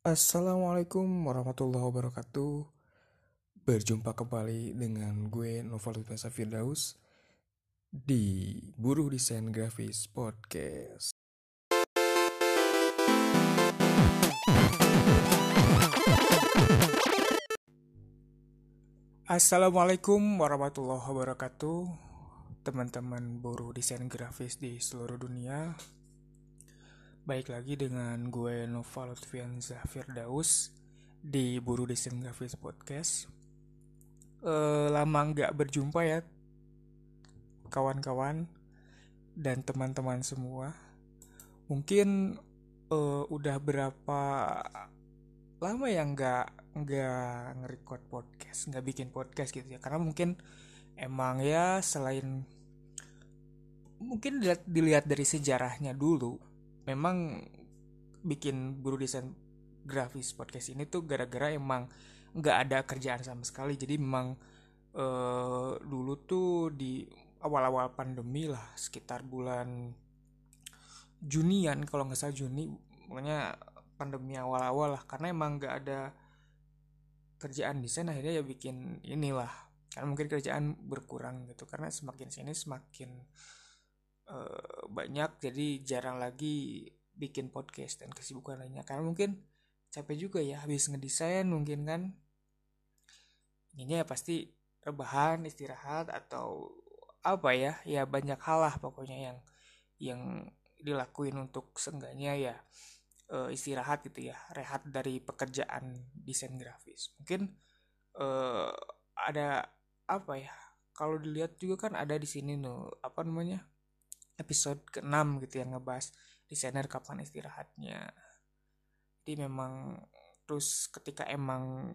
Assalamualaikum warahmatullahi wabarakatuh. Berjumpa kembali dengan gue Noval Lutfensa Firdaus di Buruh Desain Grafis Podcast. Assalamualaikum warahmatullahi wabarakatuh, teman-teman buruh desain grafis di seluruh dunia. Baik lagi dengan gue Noval Lutfensa Firdaus di Buruh Desain Grafis Podcast. Lama nggak berjumpa ya kawan-kawan dan teman-teman semua. Mungkin udah berapa lama ya nggak nge-record podcast, nggak bikin podcast gitu ya. Karena mungkin emang ya selain mungkin dilihat dari sejarahnya dulu, memang bikin Buruh Desain Grafis Podcast ini tuh gara-gara emang nggak ada kerjaan sama sekali. Jadi memang dulu tuh di awal-awal pandemi lah, sekitar bulan Junian kalau nggak salah, Juni, pokoknya pandemi awal-awal lah, karena emang nggak ada kerjaan desain, akhirnya ya bikin inilah, karena mungkin kerjaan berkurang gitu, karena semakin sini semakin banyak, jadi jarang lagi bikin podcast dan kesibukan lainnya, karena mungkin capek juga ya habis ngedesain, mungkin kan ininya ya pasti rebahan, istirahat, atau apa ya banyak hal lah pokoknya yang dilakuin untuk seenggaknya ya istirahat gitu ya, rehat dari pekerjaan desain grafis. Mungkin eh, ada apa ya? Kalau dilihat juga kan ada di sini nih apa namanya, episode ke-6 gitu yang ngebahas desainer kapan istirahatnya. Jadi memang terus ketika emang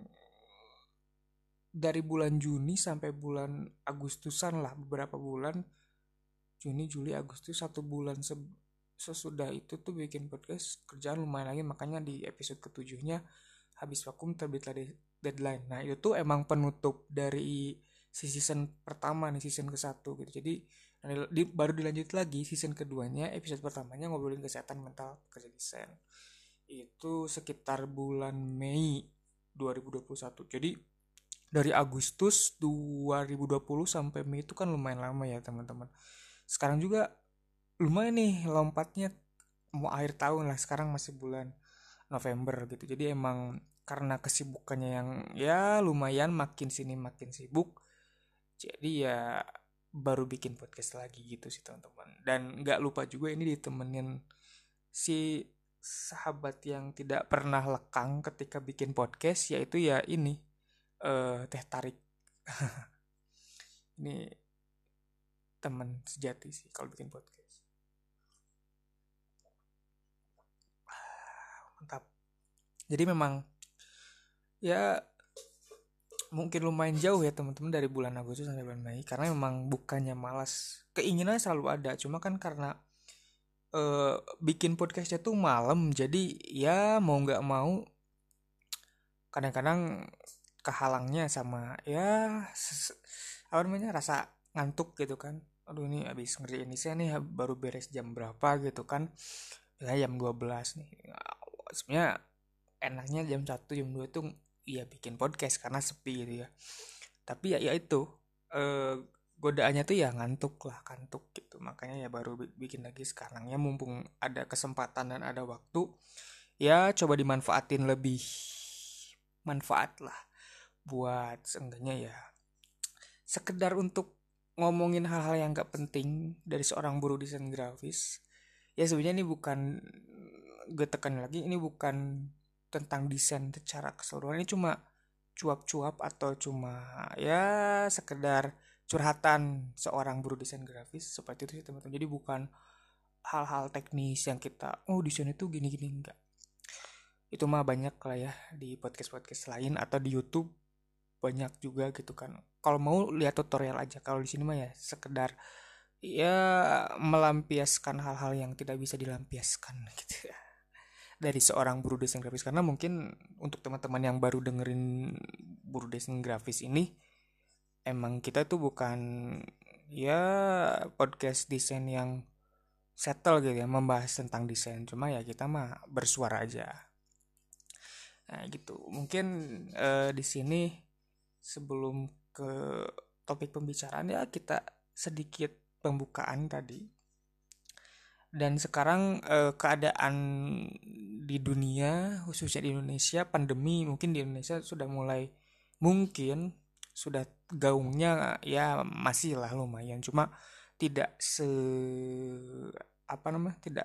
dari bulan Juni sampai bulan Agustusan lah, beberapa bulan, Juni, Juli, Agustus, 1 bulan sesudah itu tuh bikin podcast, kerjaan lumayan lagi, makanya di episode ketujuhnya habis vakum terbitlah deadline. Nah itu tuh emang penutup dari season pertama nih, season ke-1 gitu. Jadi baru dilanjut lagi season keduanya, episode pertamanya ngobrolin kesehatan mental pekerja desain. Itu sekitar bulan Mei 2021. Jadi dari Agustus 2020 sampai Mei itu kan lumayan lama ya teman-teman. Sekarang juga lumayan nih lompatnya, mau akhir tahun lah, sekarang masih bulan November gitu. Jadi emang karena kesibukannya yang ya lumayan, makin sini makin sibuk, jadi ya baru bikin podcast lagi gitu sih teman-teman. Dan nggak lupa juga ini ditemenin si sahabat yang tidak pernah lekang ketika bikin podcast, yaitu ya ini Teh Tarik. Ini teman sejati sih kalau bikin podcast. Mantap. Jadi memang ya mungkin lumayan jauh ya teman-teman dari bulan Agustus sampai bulan Mei, karena memang bukannya malas, keinginan selalu ada, cuma kan karena bikin podcastnya tuh malam, jadi ya mau nggak mau kadang-kadang kehalangnya sama ya apa namanya, rasa ngantuk gitu kan. Aduh ini habis ngerjain desain nih, baru beres jam berapa gitu kan, ya jam 12 nih. Sebenarnya enaknya jam 1 jam 2 tuh ya bikin podcast karena sepi gitu ya. Tapi ya itu eh, godaannya tuh ya ngantuk lah, kantuk gitu. Makanya ya baru bikin lagi sekarang ya, mumpung ada kesempatan dan ada waktu, ya coba dimanfaatin lebih manfaat lah, buat seenggaknya ya sekedar untuk ngomongin hal-hal yang gak penting dari seorang buruh desain grafis. Ya sebenarnya ini bukan, gue tekan lagi, ini bukan tentang desain secara keseluruhan, ini cuma cuap-cuap atau cuma ya sekedar curhatan seorang buruh desain grafis, seperti itu sih teman-teman. Jadi bukan hal-hal teknis yang kita desain itu gini-gini, enggak. Itu mah banyak lah ya di podcast-podcast lain atau di YouTube, banyak juga gitu kan. Kalau mau lihat tutorial aja. Kalau di sini mah ya sekedar ya melampiaskan hal-hal yang tidak bisa dilampiaskan gitu ya dari seorang buruh desain grafis. Karena mungkin untuk teman-teman yang baru dengerin buruh desain grafis ini, emang kita tuh bukan ya podcast desain yang settle gitu ya, membahas tentang desain. Cuma ya kita mah bersuara aja. Nah gitu mungkin di sini sebelum ke topik pembicaraan ya kita sedikit pembukaan tadi. Dan sekarang keadaan di dunia, khususnya di Indonesia, pandemi mungkin di Indonesia sudah mulai mungkin sudah gaungnya ya masih lah lumayan, cuma tidak se apa namanya tidak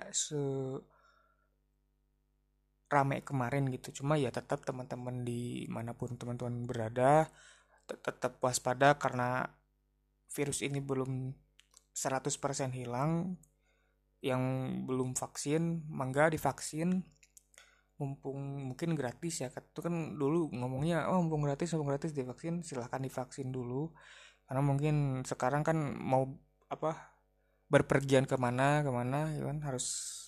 ramai kemarin gitu. Cuma ya tetap teman-teman dimanapun teman-teman berada tetap waspada karena virus ini belum 100% hilang. Yang belum vaksin mangga divaksin mumpung mungkin gratis ya, itu kan dulu ngomongnya oh mumpung gratis divaksin, silahkan divaksin dulu karena mungkin sekarang kan mau apa berpergian kemana kemana ya kan harus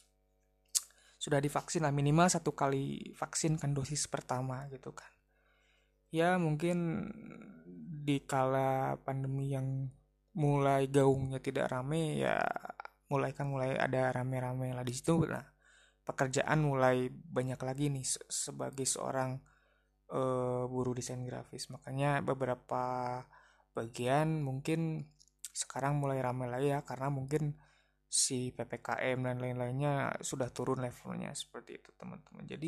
sudah divaksin lah, minimal 1 kali vaksin kan dosis pertama gitu kan. Ya mungkin di kala pandemi yang mulai gaungnya tidak rame ya mulai ada rame-rame lah di situ. Nah pekerjaan mulai banyak lagi nih sebagai seorang buruh desain grafis, makanya beberapa bagian mungkin sekarang mulai ramai lagi ya karena mungkin si PPKM dan lain-lainnya sudah turun levelnya seperti itu teman-teman. Jadi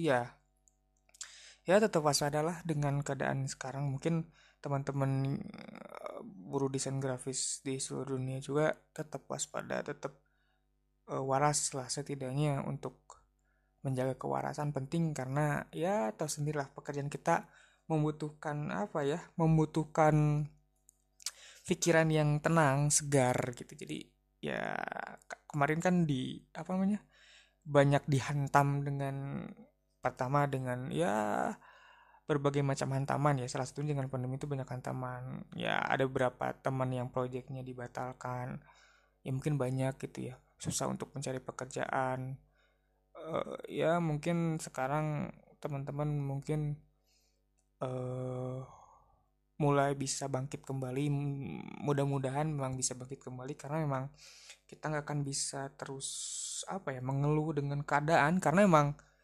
ya tetap waspadalah dengan keadaan sekarang. Mungkin teman-teman buruh desain grafis di seluruh dunia juga tetap waspada, tetap waras lah setidaknya untuk menjaga kewarasan penting karena ya tahu sendirilah pekerjaan kita membutuhkan apa ya, membutuhkan pikiran yang tenang, segar gitu. Jadi ya kemarin kan di apa namanya banyak dihantam dengan pertama dengan ya berbagai macam hantaman ya, salah satunya dengan pandemi itu banyak hantaman ya, ada beberapa teman yang proyeknya dibatalkan ya, mungkin banyak gitu ya, susah untuk mencari pekerjaan. Ya mungkin sekarang teman-teman mungkin eh mulai bisa bangkit kembali, mudah-mudahan memang bisa bangkit kembali karena memang kita nggak akan bisa terus apa ya mengeluh dengan keadaan karena memang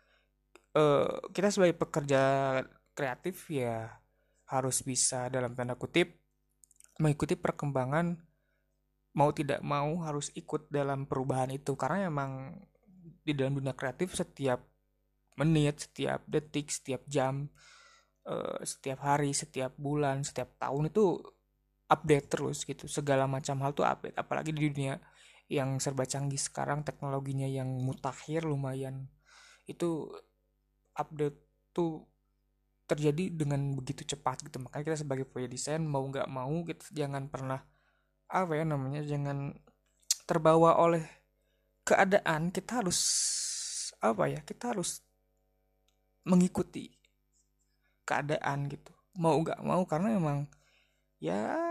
kita sebagai pekerja kreatif ya harus bisa dalam tanda kutip mengikuti perkembangan, mau tidak mau harus ikut dalam perubahan itu karena memang di dalam dunia kreatif setiap menit, setiap detik, setiap jam, setiap hari, setiap bulan, setiap tahun itu update terus gitu. Segala macam hal tuh update. Apalagi di dunia yang serba canggih sekarang, teknologinya yang mutakhir lumayan. Itu update tuh terjadi dengan begitu cepat gitu. Makanya kita sebagai pemain desain mau nggak mau kita jangan pernah apa ya namanya, jangan terbawa oleh keadaan. Kita harus apa ya? Kita harus mengikuti keadaan gitu. Mau nggak mau karena memang ya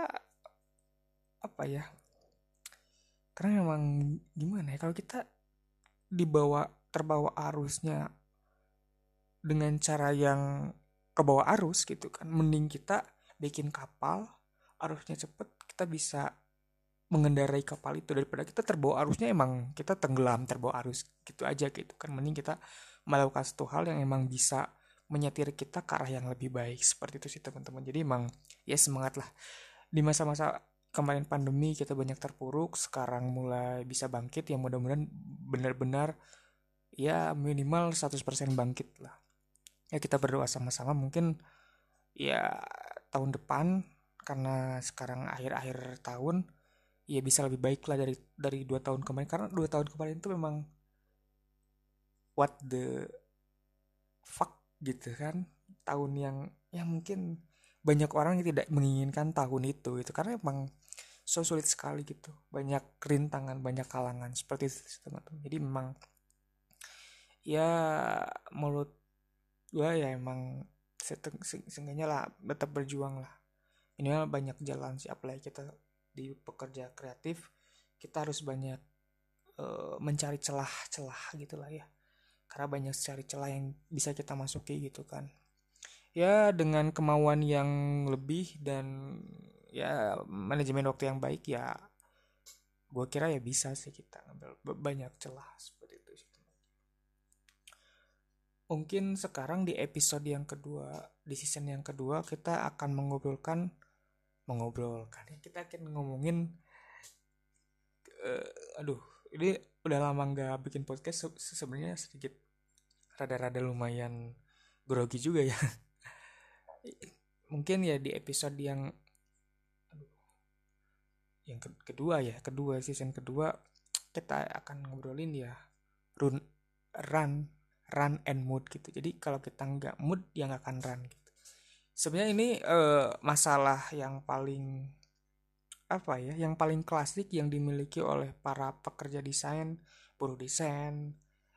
apa ya? Karena memang gimana ya kalau kita terbawa arusnya dengan cara yang kebawa arus gitu kan, mending kita bikin kapal arusnya cepet, kita bisa mengendarai kapal itu daripada kita terbawa arusnya emang kita tenggelam terbawa arus gitu aja gitu kan. Mending kita melakukan satu hal yang emang bisa menyetir kita ke arah yang lebih baik, seperti itu sih teman-teman. Jadi emang ya semangat lah, di masa-masa kemarin pandemi kita banyak terpuruk, sekarang mulai bisa bangkit ya, mudah-mudahan benar-benar ya minimal 100% bangkit lah. Ya kita berdoa sama-sama mungkin ya tahun depan, karena sekarang akhir-akhir tahun ya bisa lebih baik lah dari 2 tahun kemarin, karena 2 tahun kemarin itu memang what the fuck gitu kan, tahun yang mungkin banyak orang yang tidak menginginkan tahun itu karena emang so sulit sekali gitu, banyak rintangan, banyak kalangan seperti itu teman-teman. Jadi memang ya menurut gua ya emang seenggaknya lah tetap berjuang lah, minimal banyak jalan sih, apalagi kita di pekerja kreatif kita harus banyak mencari celah-celah gitulah ya, karena banyak cari celah yang bisa kita masuki gitu kan. Ya dengan kemauan yang lebih dan ya manajemen waktu yang baik ya gue kira ya bisa sih kita ngambil banyak celah seperti itu sih. mungkin sekarang di episode yang kedua, di season yang kedua kita akan mengobrolkan ya, kita akan ngomongin aduh, ini udah lama nggak bikin podcast, sebenarnya sedikit rada-rada lumayan grogi juga ya. Mungkin ya di episode yang kedua season kedua kita akan ngobrolin ya run run run and mood gitu. Jadi kalau kita nggak mood ya nggak akan run gitu. Sebenarnya ini masalah yang paling apa ya, yang paling klasik yang dimiliki oleh para pekerja desain, buruh desain,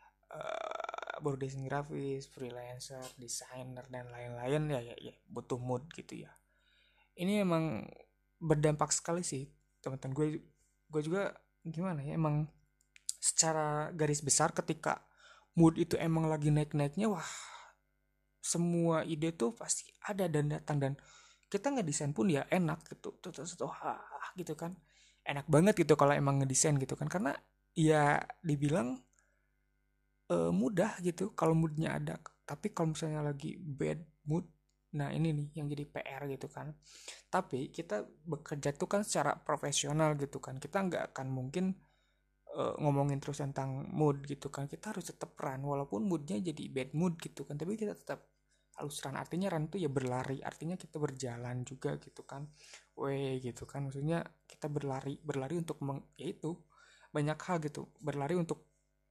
buruh desain grafis, freelancer, desainer dan lain-lain ya butuh mood gitu ya. Ini emang berdampak sekali sih teman-teman gue juga gimana ya, emang secara garis besar ketika mood itu emang lagi naik-naiknya, wah semua ide tuh pasti ada dan datang, dan kita ngedesain pun ya enak gitu tuh gitu kan, enak banget gitu kalau emang ngedesain gitu kan, karena ya dibilang mudah gitu kalau moodnya ada. Tapi kalau misalnya lagi bad mood, nah ini nih yang jadi PR gitu kan. Tapi kita bekerja tuh kan secara profesional gitu kan, kita nggak akan mungkin ngomongin terus tentang mood gitu kan, kita harus tetap run walaupun moodnya jadi bad mood gitu kan, tapi kita tetap harus run. Artinya run tuh ya berlari, artinya kita berjalan juga gitu kan, gitu kan, maksudnya kita berlari berlari untuk yaitu banyak hal gitu, berlari untuk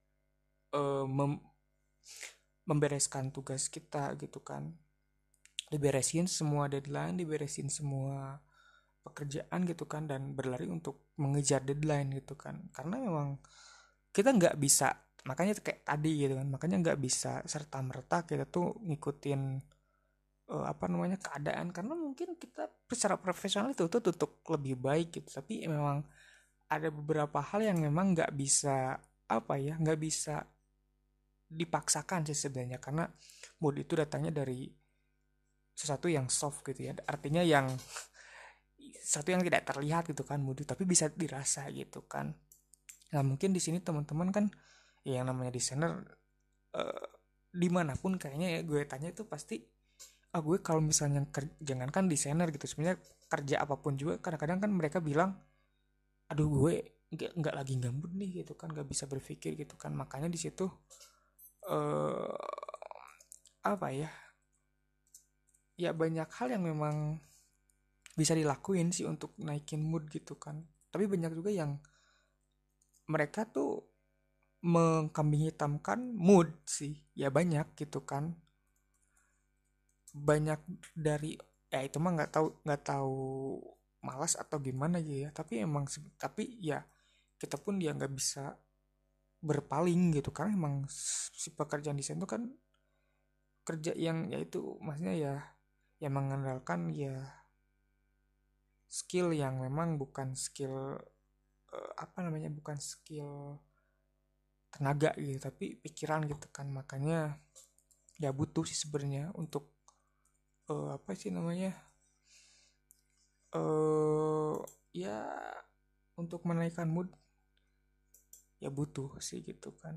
mem membereskan tugas kita gitu kan, diberesin semua deadline, diberesin semua pekerjaan gitu kan, dan berlari untuk mengejar deadline gitu kan, karena memang kita nggak bisa, makanya kayak tadi gitu kan, makanya nggak bisa serta merta kita tuh ngikutin apa namanya keadaan, karena mungkin kita secara profesional itu tuh untuk lebih baik gitu, tapi memang ada beberapa hal yang memang nggak bisa apa ya, nggak bisa dipaksakan sih sebenarnya, karena mood itu datangnya dari sesuatu yang soft gitu ya, artinya yang sesuatu yang tidak terlihat gitu kan mood, tapi bisa dirasa gitu kan. Nah mungkin di sini teman-teman kan ya, yang namanya desainer eh, dimanapun kayaknya ya gue tanya itu pasti, gue kalau misalnya jangankan desainer gitu, sebenarnya kerja apapun juga kadang-kadang kan mereka bilang aduh gue nggak lagi gambut nih gitu kan, nggak bisa berpikir gitu kan, makanya di situ eh apa ya, ya banyak hal yang memang bisa dilakuin sih untuk naikin mood gitu kan, tapi banyak juga yang mereka tuh mengkambing hitamkan mood sih ya, banyak gitu kan, banyak dari ya itu mah nggak tahu malas atau gimana ya, tapi emang tapi ya kita pun dia nggak bisa berpaling gitu, karena emang si pekerjaan desain itu kan kerja yang yaitu maksudnya ya yang mengandalkan ya skill yang memang bukan skill apa namanya, bukan skill tenaga gitu, tapi pikiran gitu kan, makanya ya butuh sih sebenarnya untuk apa sih namanya, eh ya untuk menaikkan mood ya butuh sih gitu kan.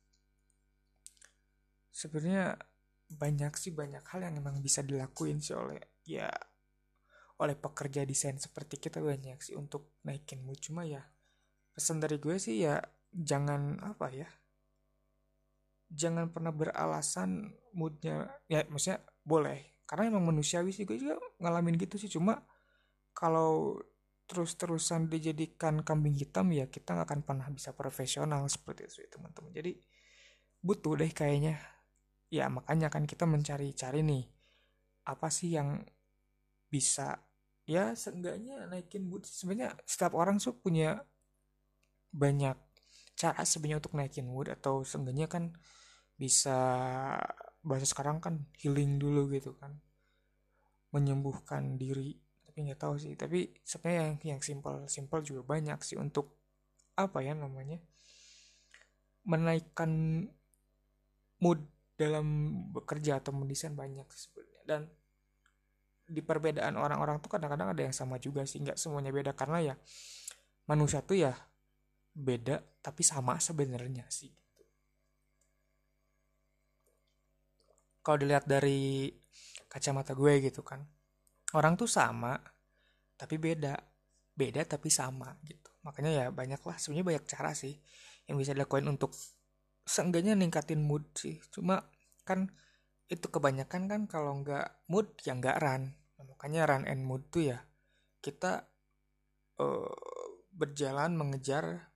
Sebenarnya banyak hal yang memang bisa dilakuin sih oleh pekerja desain seperti kita, banyak sih untuk naikin mood. Cuma ya pesan dari gue sih ya jangan apa ya, jangan pernah beralasan moodnya ya, maksudnya boleh karena emang manusiawi sih, gue juga ngalamin gitu sih, cuma kalau terus-terusan dijadikan kambing hitam ya kita nggak akan pernah bisa profesional seperti itu teman-teman. Jadi butuh deh kayaknya, ya makanya kan kita mencari-cari nih apa sih yang bisa ya seenggaknya naikin mood. Sebenarnya setiap orang tuh punya banyak cara sebenarnya untuk naikin mood, atau seenggaknya kan bisa, bahasa sekarang kan healing dulu gitu kan, menyembuhkan diri. Tapi nggak tahu sih, tapi sebenarnya yang simpel simpel juga banyak sih untuk apa ya namanya, menaikkan mood dalam bekerja atau mendesain, banyak sebenarnya. Dan di perbedaan orang-orang tuh kadang-kadang ada yang sama juga sih, nggak semuanya beda, karena ya manusia tuh ya beda tapi sama sebenarnya sih. kalau dilihat dari kacamata gue gitu kan, orang tuh sama tapi beda, beda tapi sama gitu. Makanya ya banyak lah, sebenarnya banyak cara sih yang bisa dilakuin untuk seenggaknya ningkatin mood sih. Cuma kan itu kebanyakan kan kalau nggak mood ya nggak run. Nah, makanya run and mood tuh ya kita berjalan mengejar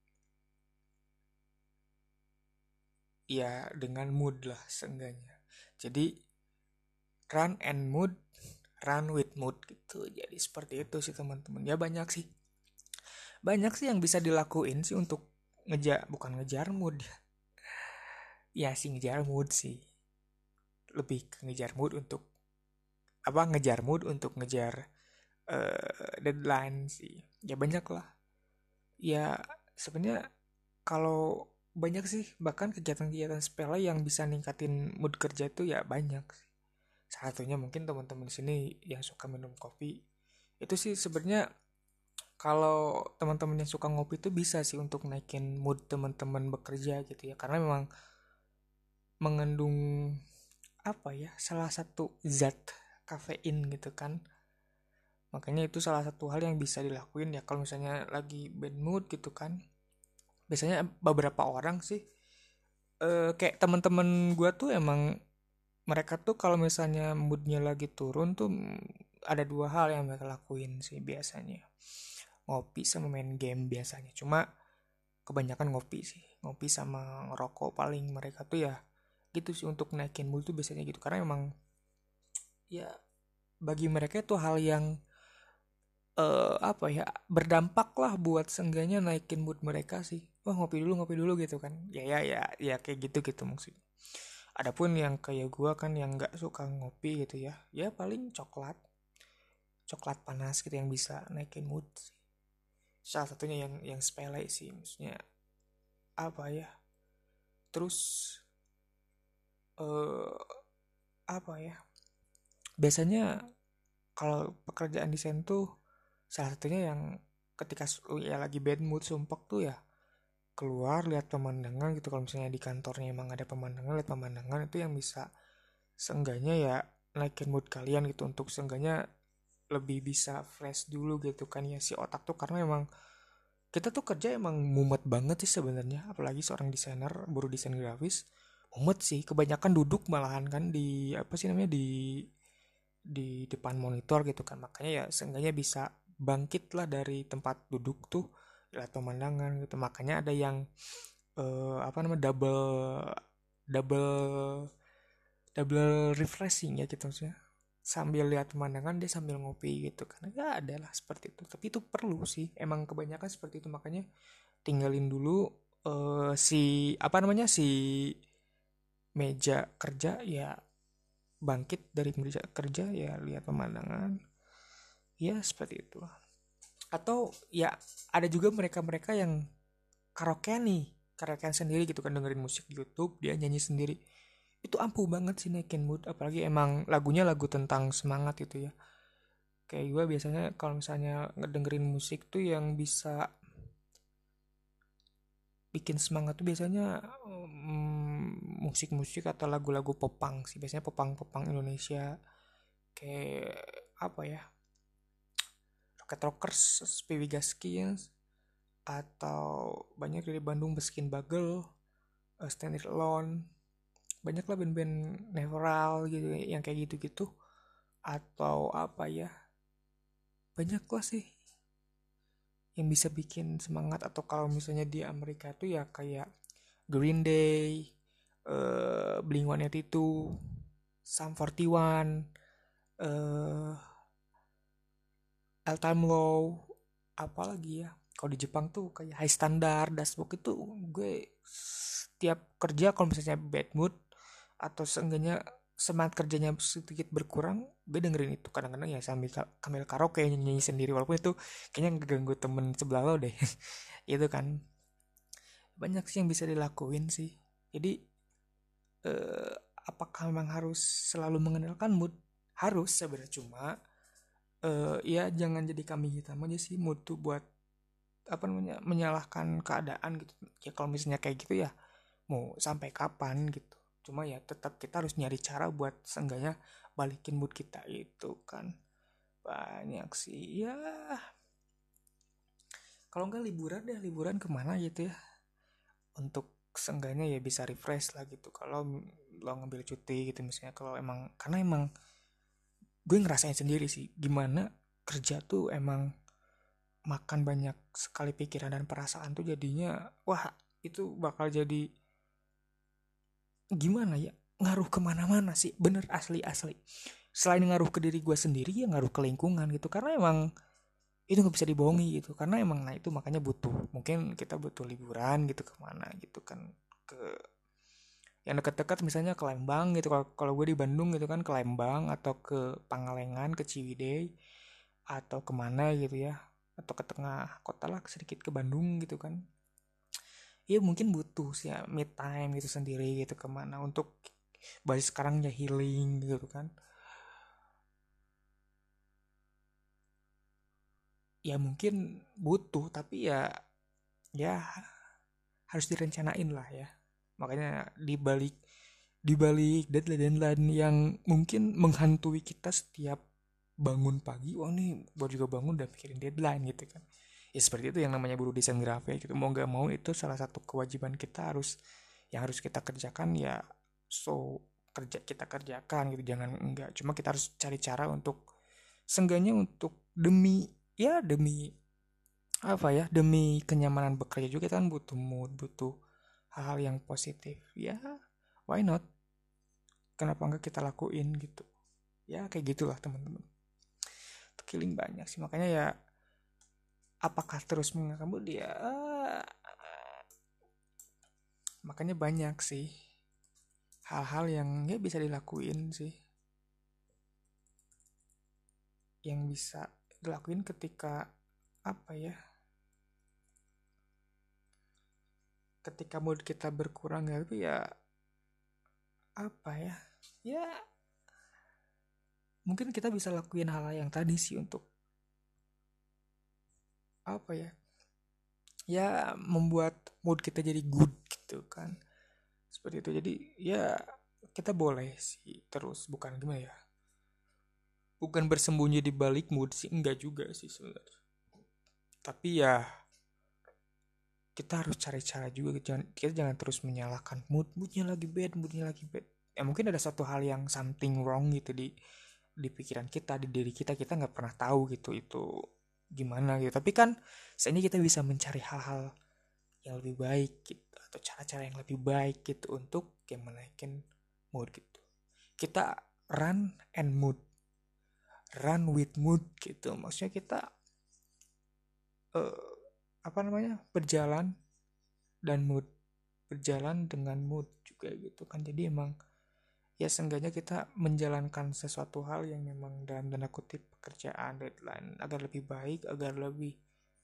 ya dengan mood lah seenggaknya. Jadi run and mood, run with mood gitu. Jadi seperti itu sih teman-teman. Ya banyak sih yang bisa dilakuin sih untuk ngejar, bukan ngejar mood ya sih, ngejar mood sih, lebih ke ngejar mood untuk apa, ngejar mood untuk ngejar deadline sih. Ya banyak lah ya, sebenarnya kalau banyak sih, bahkan kegiatan-kegiatan sepele yang bisa ningkatin mood kerja itu ya banyak sih. Salah satunya mungkin teman-teman di sini yang suka minum kopi, itu sih sebenarnya kalau teman-teman yang suka ngopi itu bisa sih untuk naikin mood teman-teman bekerja gitu ya, karena memang mengandung apa ya, salah satu zat kafein gitu kan. Makanya itu salah satu hal yang bisa dilakuin ya kalau misalnya lagi bad mood gitu kan. Biasanya beberapa orang sih kayak teman-teman gue tuh emang mereka tuh kalau misalnya moodnya lagi turun tuh ada dua hal yang mereka lakuin sih biasanya. Ngopi sama main game biasanya. Cuma kebanyakan ngopi sih. Ngopi sama ngerokok paling mereka tuh ya gitu sih untuk naikin mood tuh biasanya gitu. Karena emang ya bagi mereka itu hal yang apa ya, berdampak lah buat seenggaknya naikin mood mereka sih. Wah, ngopi dulu gitu kan. Ya kayak gitu gitu maksudnya. Adapun yang kayak gua kan yang nggak suka ngopi gitu ya, ya paling coklat, coklat panas gitu yang bisa naikin mood sih. Salah satunya yang sepele sih, maksudnya apa ya? Terus eh apa ya? Biasanya kalau pekerjaan desain tuh salah satunya yang ketika ya lagi bad mood sumpek tuh ya keluar lihat pemandangan gitu. Kalau misalnya di kantornya emang ada pemandangan, lihat pemandangan itu yang bisa seenggaknya ya naikin mood kalian gitu, untuk seenggaknya lebih bisa fresh dulu gitu kan ya si otak tuh. Karena emang kita tuh kerja emang mumet banget sih sebenarnya, apalagi seorang desainer, buruh desain grafis, mumet sih, kebanyakan duduk malahan kan di apa sih namanya, di depan monitor gitu kan. Makanya ya seenggaknya bisa bangkit lah dari tempat duduk tuh, lihat pemandangan gitu. Makanya ada yang apa namanya, double double double refreshing ya gitu maksudnya, sambil lihat pemandangan dia sambil ngopi gitu kan. Ya adalah seperti itu, tapi itu perlu sih emang kebanyakan seperti itu. Makanya tinggalin dulu si apa namanya, si meja kerja ya, bangkit dari meja kerja ya lihat pemandangan, ya seperti itu. Atau ya ada juga mereka-mereka yang karaokean nih, karaokean sendiri gitu kan, dengerin musik di YouTube, dia nyanyi sendiri. Itu ampuh banget sih naikin mood, apalagi emang lagunya lagu tentang semangat gitu ya. Kayak gue biasanya kalau misalnya ngedengerin musik tuh yang bisa bikin semangat tuh biasanya musik-musik atau lagu-lagu popang sih, biasanya popang-popang Indonesia, kayak apa ya, Rocket Rockers, PW Gaskins, atau banyak dari Bandung, Beskin Bagel, Stand It Alone, banyak lah band-band Neveral gitu yang kayak gitu-gitu. Atau apa ya, banyak lah sih yang bisa bikin semangat. Atau kalau misalnya di Amerika tuh ya kayak Green Day, Blink-182, Sum 41, eh All Time Low, apalagi ya. Kalau di Jepang tuh kayak High Standard, Dashboard itu gue setiap kerja kalau misalnya bad mood atau seenggaknya semangat kerjanya sedikit berkurang, gue dengerin itu kadang-kadang ya sambil karaoke nyanyi sendiri, walaupun itu kayaknya ngeganggu temen sebelah lo deh. Itu kan banyak sih yang bisa dilakuin sih. Jadi eh, apakah memang harus selalu mengandalkan mood? Harus sebenarnya, cuma ya jangan jadi kambing hitam aja sih mood tuh buat apa namanya, menyalahkan keadaan gitu ya. Kalau misalnya kayak gitu ya mau sampai kapan gitu. Cuma ya tetap kita harus nyari cara buat seenggaknya balikin mood kita itu kan. Banyak sih ya, kalau enggak liburan deh, liburan kemana gitu ya, untuk seenggaknya ya bisa refresh lah gitu. Kalau lo ngambil cuti gitu misalnya, kalau emang karena emang gue ngerasain sendiri sih gimana kerja tuh emang makan banyak sekali pikiran dan perasaan tuh, jadinya wah itu bakal jadi gimana ya, ngaruh kemana-mana sih, bener asli asli. Selain ngaruh ke diri gue sendiri ya ngaruh ke lingkungan gitu, karena emang itu nggak bisa dibohongi gitu, karena emang nah itu makanya butuh, mungkin kita butuh liburan gitu kemana gitu kan, ke yang dekat-dekat misalnya ke Lembang gitu. Kalau gue di Bandung gitu kan, ke Lembang atau ke Pangalengan, ke Ciwidey, atau kemana gitu ya, atau ke tengah kota lah sedikit ke Bandung gitu kan. Ya mungkin butuh sih ya me time gitu sendiri gitu kemana, untuk balik sekarang ya healing gitu kan. Ya mungkin butuh, tapi ya harus direncanain lah ya. Makanya di balik deadline yang mungkin menghantui kita setiap bangun pagi, wah nih baru juga bangun udah mikirin deadline gitu kan. Ya seperti itu yang namanya buruh desain grafik gitu. Mau nggak mau itu salah satu kewajiban kita, yang harus kita kerjakan ya. So kita kerjakan gitu, jangan enggak. Cuma kita harus cari cara untuk seenggaknya untuk demi apa ya, demi kenyamanan bekerja juga kita kan butuh mood, butuh hal-hal yang positif ya. Why not, kenapa enggak kita lakuin gitu ya, kayak gitulah teman-teman. Killing banyak sih, makanya ya apakah terus mengganggu dia. Makanya banyak sih hal-hal yang ya bisa dilakuin sih, yang bisa dilakuin ketika apa ya, ketika mood kita berkurang ya. Tapi ya apa ya, ya mungkin kita bisa lakuin hal-hal yang tadi sih, untuk apa ya, ya membuat mood kita jadi good gitu kan, seperti itu. Jadi ya kita boleh sih terus, bukan gimana ya, bukan bersembunyi di balik mood sih, enggak juga sih sebenarnya. Tapi ya kita harus cari cara juga, kita jangan terus menyalahkan moodnya lagi bad. Ya mungkin ada satu hal yang something wrong gitu di pikiran kita, di diri kita, kita nggak pernah tahu gitu itu gimana gitu. Tapi kan seandainya kita bisa mencari hal-hal yang lebih baik gitu, atau cara-cara yang lebih baik gitu untuk yang menaikin mood gitu. Kita run with mood gitu, maksudnya kita eh, apa namanya, berjalan dengan mood juga gitu kan. Jadi emang ya seenggaknya kita menjalankan sesuatu hal yang memang dalam tanda kutip pekerjaan, deadline, agar lebih baik, agar lebih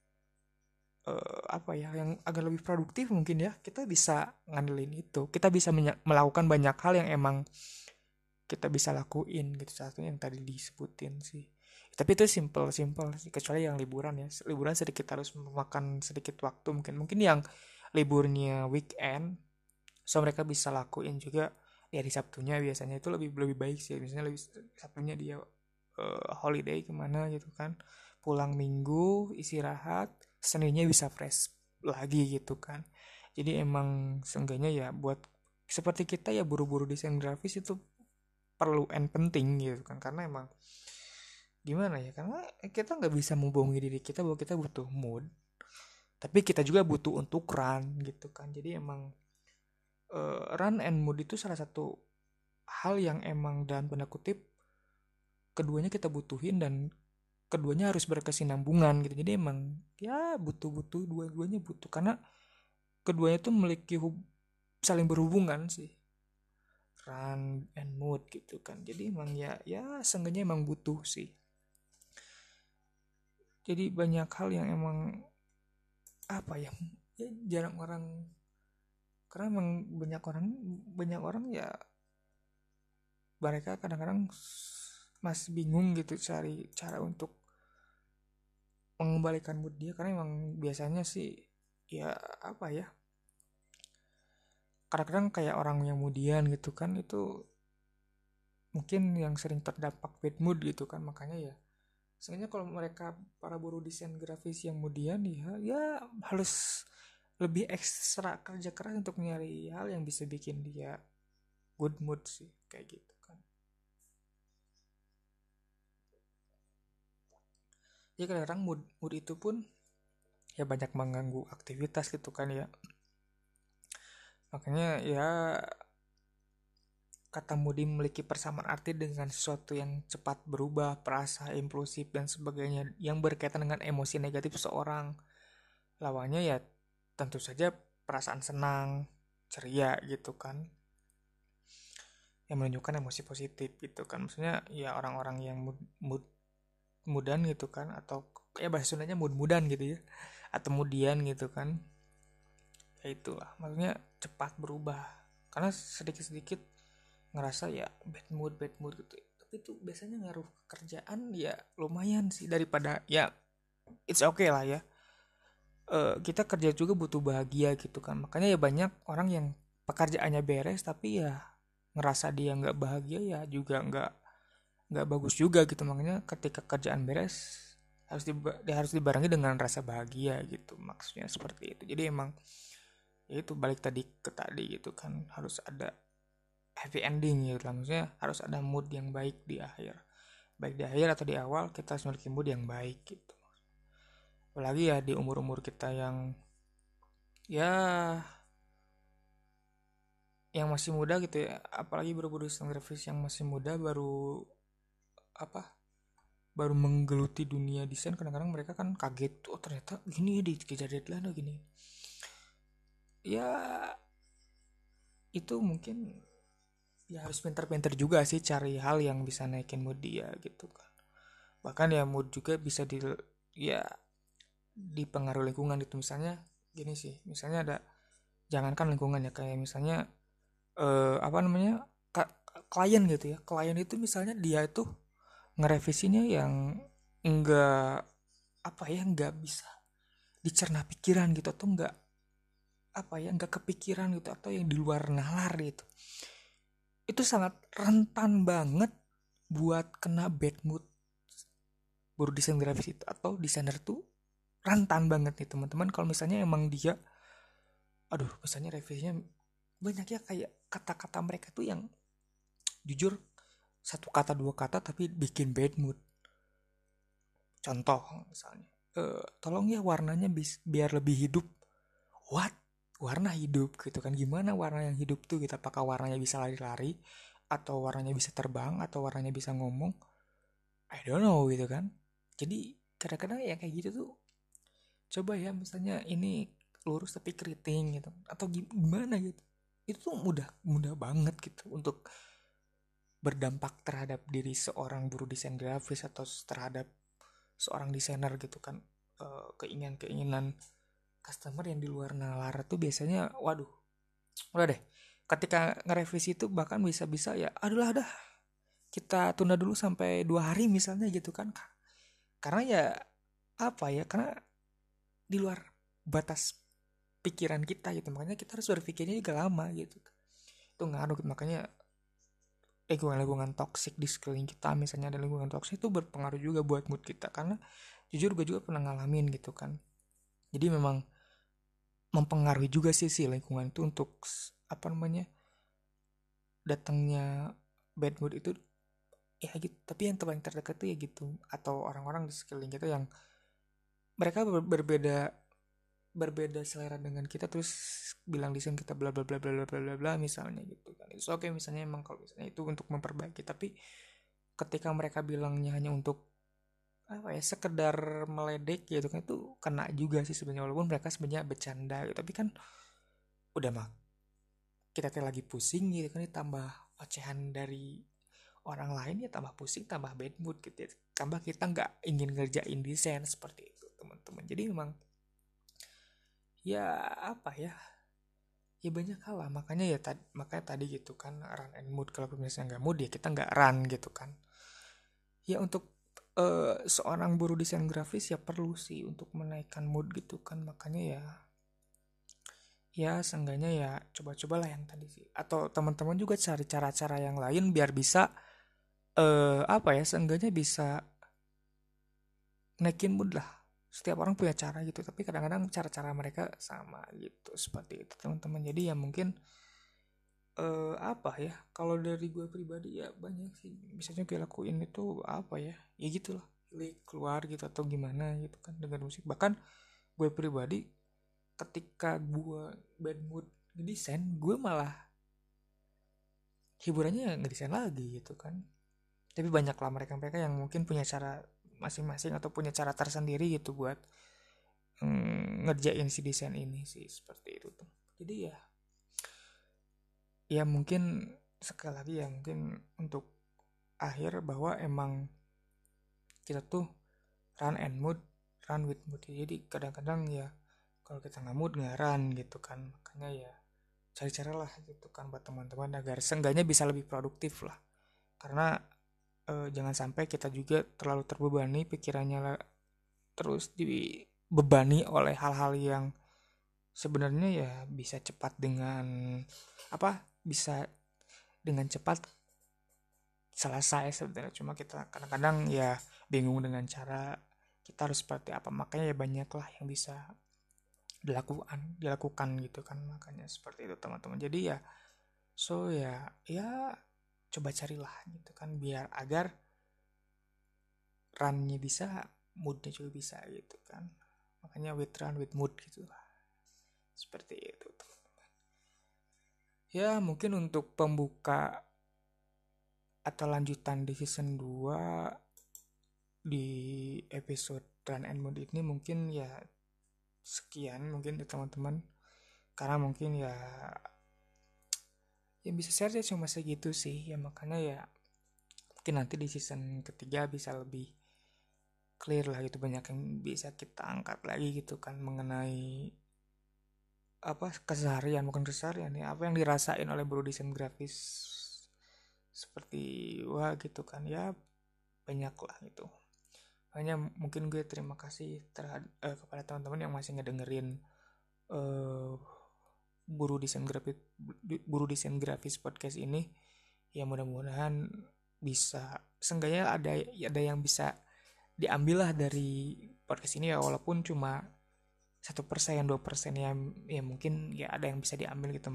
apa ya, yang agar lebih produktif mungkin ya. Kita bisa ngandelin itu, kita bisa melakukan banyak hal yang emang kita bisa lakuin gitu, satunya yang tadi disebutin sih. Tapi itu simple sih, kecuali yang liburan ya. Liburan sedikit harus memakan sedikit waktu, mungkin yang liburnya weekend, so mereka bisa lakuin juga di hari Sabtunya. Biasanya itu lebih lebih baik sih, misalnya lebih Sabtunya dia holiday kemana gitu kan, pulang Minggu istirahat, Seninnya bisa fresh lagi gitu kan. Jadi emang seenggaknya ya buat seperti kita ya, buru-buru desain grafis itu perlu and penting gitu kan, karena emang gimana ya, karena kita nggak bisa membohongi diri kita bahwa kita butuh mood, tapi kita juga butuh untuk run gitu kan. Jadi emang run and mood itu salah satu hal yang emang dalam tanda kutip keduanya kita butuhin, dan keduanya harus berkesinambungan gitu. Jadi emang ya butuh-butuh, dua-duanya butuh, karena keduanya itu memiliki saling berhubungan sih, run and mood gitu kan. Jadi emang ya seenggaknya emang butuh sih. Jadi banyak hal yang emang apa ya, jarang orang, karena emang banyak orang ya, mereka kadang-kadang masih bingung gitu cari cara untuk mengembalikan mood dia, karena emang biasanya sih ya apa ya, kadang-kadang kayak orang yang kemudian gitu kan, itu mungkin yang sering terdampak bad mood gitu kan. Makanya ya sebenarnya kalau mereka para buruh desain grafis yang kemudian ya harus lebih ekstra kerja keras untuk nyari hal yang bisa bikin dia good mood sih, kayak gitu kan. Ya kadang-kadang mood mood itu pun ya banyak mengganggu aktivitas gitu kan ya. Makanya ya kata moody memiliki persamaan arti dengan sesuatu yang cepat berubah, perasa, impulsif, dan sebagainya yang berkaitan dengan emosi negatif seseorang. Lawannya ya tentu saja perasaan senang, ceria gitu kan, yang menunjukkan emosi positif gitu kan. Maksudnya ya orang-orang yang mudan gitu kan, atau ya bahasa Sundanya mudan gitu ya, atau mudian gitu kan. Ya itulah, maksudnya cepat berubah. Karena sedikit-sedikit ngerasa ya bad mood gitu. Tapi itu biasanya ngaruh ke kerjaan ya lumayan sih, daripada ya it's okay lah ya. Kita kerja juga butuh bahagia gitu kan. Makanya ya banyak orang yang pekerjaannya beres tapi ya ngerasa dia nggak bahagia, ya juga nggak bagus juga gitu. Makanya ketika kerjaan beres harus dibarengi dengan rasa bahagia gitu, maksudnya seperti itu. Jadi emang ya itu balik tadi ke tadi gitu kan, harus ada happy ending gitu lah. Maksudnya harus ada mood yang baik di akhir, baik di akhir atau di awal kita harus memiliki mood yang baik gitu. Apalagi ya di umur-umur kita ya yang masih muda gitu ya, apalagi baru-baru grafis yang masih muda, baru apa baru menggeluti dunia desain. Kadang-kadang mereka kan kaget, oh ternyata gini ya dikejar deadline oh gini ya. Itu mungkin ya harus pinter-pinter juga sih cari hal yang bisa naikin mood dia gitu kan. Bahkan ya mood juga bisa ya dipengaruhi lingkungan itu. Misalnya gini sih, misalnya ada, jangankan lingkungan ya, kayak misalnya apa namanya, klien gitu ya. Klien itu misalnya dia itu ngerevisinya yang enggak apa ya, enggak bisa dicerna pikiran gitu, atau enggak apa ya, enggak kepikiran gitu, atau yang di luar nalar gitu. Itu sangat rentan banget buat kena bad mood. Baru desain grafis itu atau desainer tuh rentan banget nih teman-teman, kalau misalnya emang dia, aduh misalnya revisinya banyak ya, kayak kata-kata mereka tuh yang jujur satu kata dua kata tapi bikin bad mood. Contoh misalnya, tolong ya warnanya biar lebih hidup. What? Warna hidup gitu kan? Gimana warna yang hidup tuh gitu? Apakah warnanya bisa lari-lari, atau warnanya bisa terbang, atau warnanya bisa ngomong? I don't know gitu kan. Jadi kadang-kadang ya kayak gitu tuh, coba ya misalnya ini lurus tapi keriting gitu, atau gimana gitu. Itu tuh mudah mudah banget gitu untuk berdampak terhadap diri seorang buruh desain grafis atau terhadap seorang desainer gitu kan. Keinginan-keinginan customer yang di luar nalar tuh biasanya waduh, udah deh, ketika ngerevisi itu bahkan bisa-bisa ya aduh lah dah, kita tunda dulu sampai 2 hari misalnya gitu kan. Karena ya apa ya, karena di luar batas pikiran kita gitu. Makanya kita harus berpikirnya juga lama gitu. Itu ngaruh. Makanya lingkungan-lingkungan toksik di sekeliling kita, misalnya ada lingkungan toksik, itu berpengaruh juga buat mood kita. Karena jujur gue juga pernah ngalamin gitu kan. Jadi memang mempengaruhi juga sih si lingkungan itu untuk apa namanya, datangnya bad mood itu ya gitu. Tapi yang paling terdekat tuh ya gitu, atau orang-orang di sekeliling kita yang mereka berbeda berbeda selera dengan kita, terus bilang desain kita bla bla bla bla bla bla bla misalnya gitu kan. Itu oke misalnya, emang kalau misalnya itu untuk memperbaiki. Tapi ketika mereka bilangnya hanya untuk apa ya, sekedar meledek gitu kan, itu kena juga sih sebenarnya, walaupun mereka sebenarnya bercanda gitu. Tapi kan udah mah kita lagi pusing gitu kan, ditambah ocehan dari orang lain, ya tambah pusing, tambah bad mood gitu ya. Tambah kita nggak ingin ngerjain desain seperti itu teman-teman. Jadi memang ya apa ya, ya banyak hal lah. Makanya ya makanya tadi gitu kan, run and mood. Kalau misalnya nggak mood ya kita nggak run gitu kan. Ya untuk seorang buruh desain grafis ya perlu sih untuk menaikkan mood gitu kan. Makanya ya ya seenggaknya ya coba-cobalah yang tadi sih, atau teman-teman juga cari cara-cara yang lain biar bisa apa ya, seenggaknya bisa naikin mood lah. Setiap orang punya cara gitu, tapi kadang-kadang cara-cara mereka sama gitu, seperti itu teman-teman. Jadi ya mungkin apa ya, kalau dari gue pribadi ya banyak sih misalnya gue lakuin itu, apa ya gitulah, keluar gitu atau gimana gitu kan dengan musik. Bahkan gue pribadi ketika gue bad mood ngedesain, gue malah hiburannya ngedesain lagi gitu kan. Tapi banyak lah mereka-mereka yang mungkin punya cara masing-masing atau punya cara tersendiri gitu buat ngerjain si desain ini sih, seperti itu tuh. Jadi ya mungkin sekali lagi ya, mungkin untuk akhir bahwa emang kita tuh run and mood, run with mood. Jadi kadang-kadang ya kalau kita nggak mood nggak run gitu kan. Makanya ya cari cara lah gitu kan buat teman-teman agar seenggaknya bisa lebih produktif lah. Karena jangan sampai kita juga terlalu terbebani pikirannya terus dibebani oleh hal-hal yang sebenarnya ya bisa cepat dengan apa, bisa dengan cepat selesai sebenarnya. Cuma kita kadang-kadang ya bingung dengan cara kita harus seperti apa. Makanya ya banyak lah yang bisa dilakukan gitu kan. Makanya seperti itu teman-teman. Jadi ya ya coba carilah gitu kan, biar agar runnya bisa, moodnya juga bisa gitu kan. Makanya with run with mood gitu lah, seperti itu teman-teman. Ya mungkin untuk pembuka atau lanjutan di season 2 di episode run and mood ini mungkin ya sekian mungkin ya teman-teman. Karena mungkin ya bisa share ya cuma segitu sih ya. Makanya ya mungkin nanti di season ketiga bisa lebih clear lah gitu, banyak yang bisa kita angkat lagi gitu kan mengenai apa keseharian, bukan keseharian ya, apa yang dirasain oleh bro desain grafis seperti wah gitu kan ya, banyak lah gitu. Hanya mungkin gue terima kasih kepada teman-teman yang masih ngedengerin uh, buru desain grafis podcast ini. Ya mudah-mudahan bisa seenggaknya ada yang bisa diambil lah dari podcast ini ya, walaupun cuma 1%, 2% ya mungkin ya ada yang bisa diambil gitu,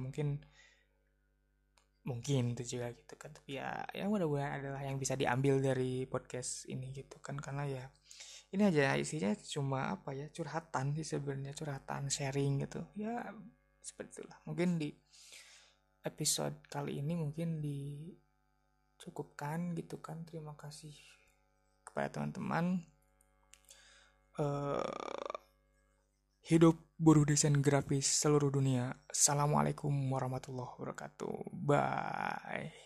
mungkin itu juga gitu kan. Tapi ya mudah-mudahan adalah yang bisa diambil dari podcast ini gitu kan. Karena ya ini aja isinya cuma apa ya, curhatan sih sebenarnya, curhatan sharing gitu ya, seperti itulah. Mungkin di episode kali ini mungkin dicukupkan gitu kan. Terima kasih kepada teman-teman. Hidup buruh desain grafis seluruh dunia. Assalamualaikum warahmatullahi wabarakatuh. Bye.